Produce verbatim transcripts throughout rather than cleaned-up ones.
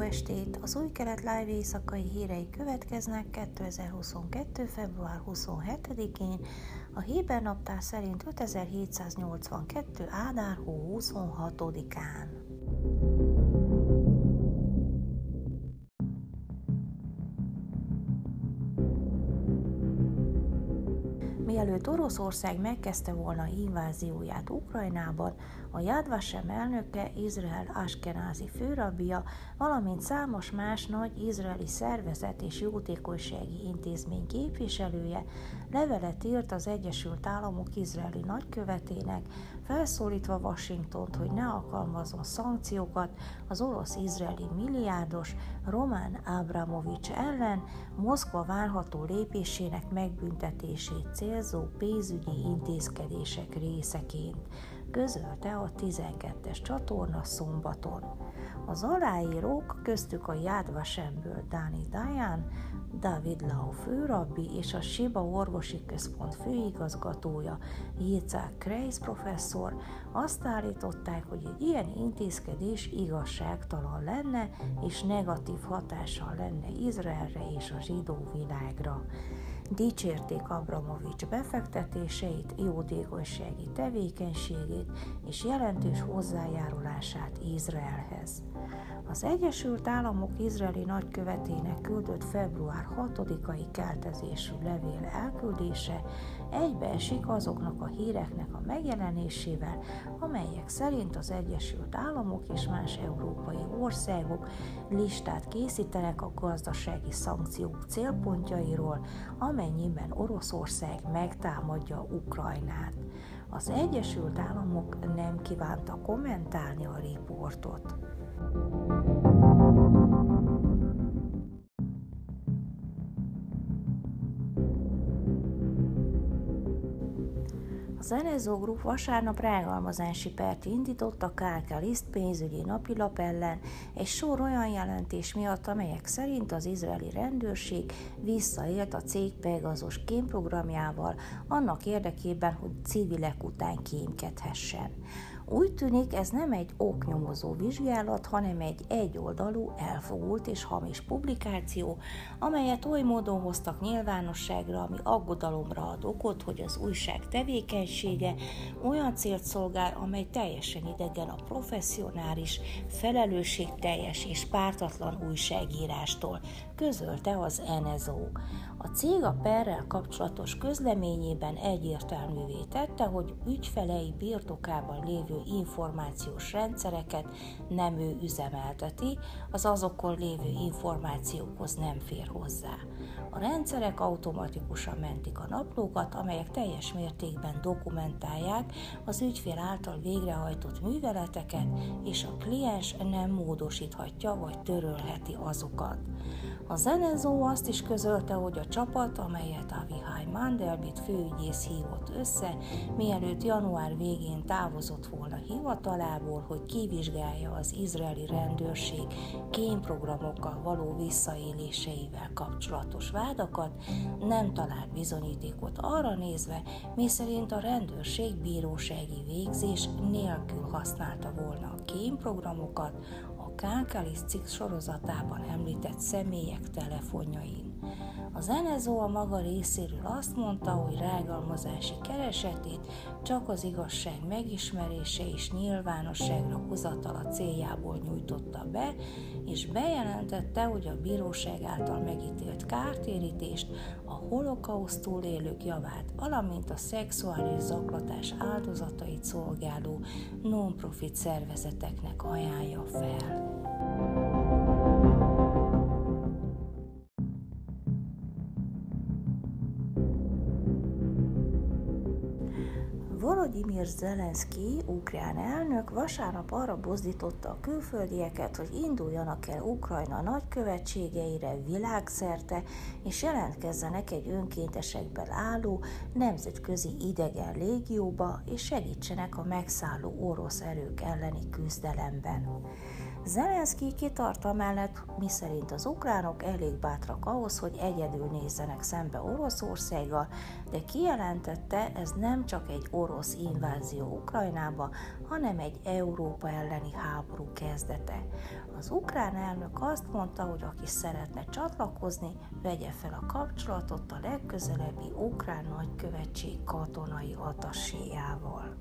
estét! Az Új Kelet Live éjszakai hírei következnek kétezer-huszonkettő. február huszonhetedikén, a Héber naptár szerint ötezer-hétszáznyolcvankettő. Ádár hó huszonhatodikán. Mielőtt Oroszország megkezdte volna invázióját Ukrajnában, a Yad Vashem elnöke, Izrael Ashkenazi főrabbija, valamint számos más nagy izraeli szervezet és jótékonysági intézmény képviselője levelet írt az Egyesült Államok izraeli nagykövetének, felszólítva Washingtont, hogy ne alkalmazzon szankciókat az orosz-izraeli milliárdos Roman Abramovich ellen, Moszkva várható lépésének megbüntetését célzó pénzügyi intézkedések részeként, közölte a tizenkettes csatorna szombaton. Az aláírók, köztük a Yad Vashemből Dani Dayan, David Lau főrabbi és a Siba orvosi központ főigazgatója, Yitzhak Kreis professzor azt állították, hogy egy ilyen intézkedés igazságtalan lenne és negatív hatással lenne Izraelre és a zsidó világra. Dicsérték Abramovics befektetéseit, jótékonysági tevékenységét és jelentős hozzájárulását Izraelhez. Az Egyesült Államok izraeli nagykövetének küldött február hatodikai keltezésű levél elküldése egybeesik azoknak a híreknek a megjelenésével, amelyek szerint az Egyesült Államok és más európai országok listát készítenek a gazdasági szankciók célpontjairól, amennyiben Oroszország megtámadja Ukrajnát. Az Egyesült Államok nem kívánta kommentálni a riportot. A Zenezó Group vasárnap rágalmazási pert indított a Calcalist pénzügyi napilap ellen egy sor olyan jelentés miatt, amelyek szerint az izraeli rendőrség visszaélt a cég Pegasus kémprogramjával annak érdekében, hogy civilek után kémkedhessen. Úgy tűnik, ez nem egy oknyomozó vizsgálat, hanem egy egyoldalú, elfogult és hamis publikáció, amelyet oly módon hoztak nyilvánosságra, ami aggodalomra ad okot, hogy az újság tevékenysége olyan célt szolgál, amely teljesen idegen a professzionális, felelősségteljes és pártatlan újságírástól, közölte az en es o. A cég a perrel kapcsolatos közleményében egyértelművé tette, hogy ügyfelei birtokában lévő információs rendszereket nem ő üzemelteti, az azokon lévő információkhoz nem fér hozzá. A rendszerek automatikusan mentik a naplókat, amelyek teljes mértékben dokumentálják az ügyfél által végrehajtott műveleteket, és a kliens nem módosíthatja vagy törölheti azokat. Az en es o azt is közölte, hogy a csapat, amelyet Avihai Mandelblit főügyész hívott össze, mielőtt január végén távozott volna hivatalából, hogy kivizsgálja az izraeli rendőrség kémprogramokkal való visszaéléseivel kapcsolatos vádakat, nem talált bizonyítékot arra nézve, miszerint a rendőrség bírósági végzés nélkül használta volna a kémprogramokat a Calcalist cikk sorozatában említett személyek telefonjain. Az en es o a maga részéről azt mondta, hogy rágalmazási keresetét csak az igazság megismerése és nyilvánosságra hozatala céljából nyújtotta be, és bejelentette, hogy a bíróság által megítélt kártérítést a holokauszt túlélők javát, valamint a szexuális zaklatás áldozatait szolgáló non-profit szervezeteknek ajánlja fel. Volodymyr Zelenszky, ukrán elnök vasárnap arra buzdította a külföldieket, hogy induljanak el Ukrajna nagykövetségeire világszerte, és jelentkezzenek egy önkéntesekből álló nemzetközi idegen légióba, és segítsenek a megszálló orosz erők elleni küzdelemben. Zelenszky kitart amellett, miszerint az ukránok elég bátrak ahhoz, hogy egyedül nézzenek szembe Oroszországgal, de kijelentette, ez nem csak egy orosz invázió Ukrajnába, hanem egy Európa elleni háború kezdete. Az ukrán elnök azt mondta, hogy aki szeretne csatlakozni, vegye fel a kapcsolatot a legközelebbi ukrán nagykövetség katonai atasséjával.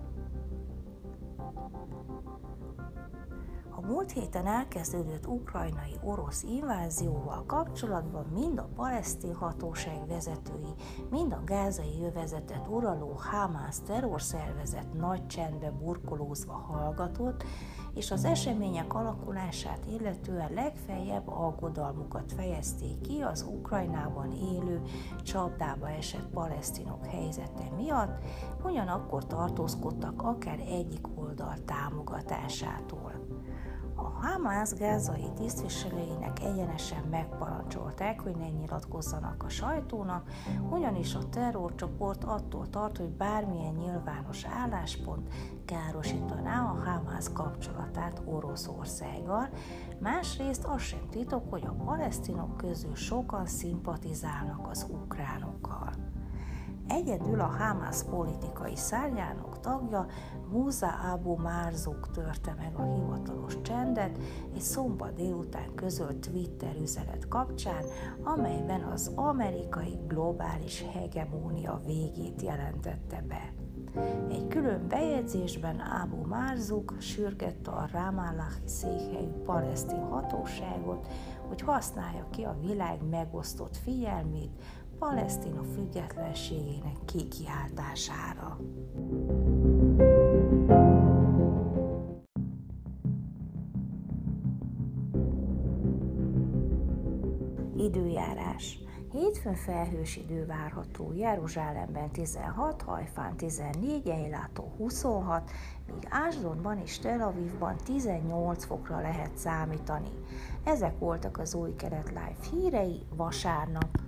A múlt héten elkezdődött ukrajnai orosz invázióval kapcsolatban mind a palesztin hatóság vezetői, mind a gázai övezetet uraló Hamász terrorszervezet nagy csendbe burkolózva hallgatott, és az események alakulását illetően legfeljebb aggodalmukat fejezték ki az Ukrajnában élő, csapdába esett palesztinok helyzete miatt, ugyanakkor tartózkodtak akár egyik oldal támogatásától. A Hamász gázai tisztviselőinek egyenesen megparancsolták, hogy ne nyilatkozzanak a sajtónak, ugyanis a terrorcsoport attól tart, hogy bármilyen nyilvános álláspont károsítaná a Hamász kapcsolatát Oroszországgal, másrészt az sem titok, hogy a palesztinok közül sokan szimpatizálnak az ukránokkal. Egyedül a Hamász politikai szárnyának tagja Musa Abu Marzuk törte meg a hivatalos csendet egy szombat délután közölt Twitter üzenet kapcsán, amelyben az amerikai globális hegemónia végét jelentette be. Egy külön bejegyzésben Abu Marzuk sürgette a Ramallah-i székhelyű palesztin hatóságot, hogy használja ki a világ megosztott figyelmét Palesztina függetlenségének kikiáltására. Időjárás. Hétfőn felhős idő várható, Jeruzsálemben tizenhat, Hajfán tizennégy, Ejlátó huszonhat, míg Ásdodban és Tel Avivban tizennyolc fokra lehet számítani. Ezek voltak az Új Kelet Live hírei vasárnap.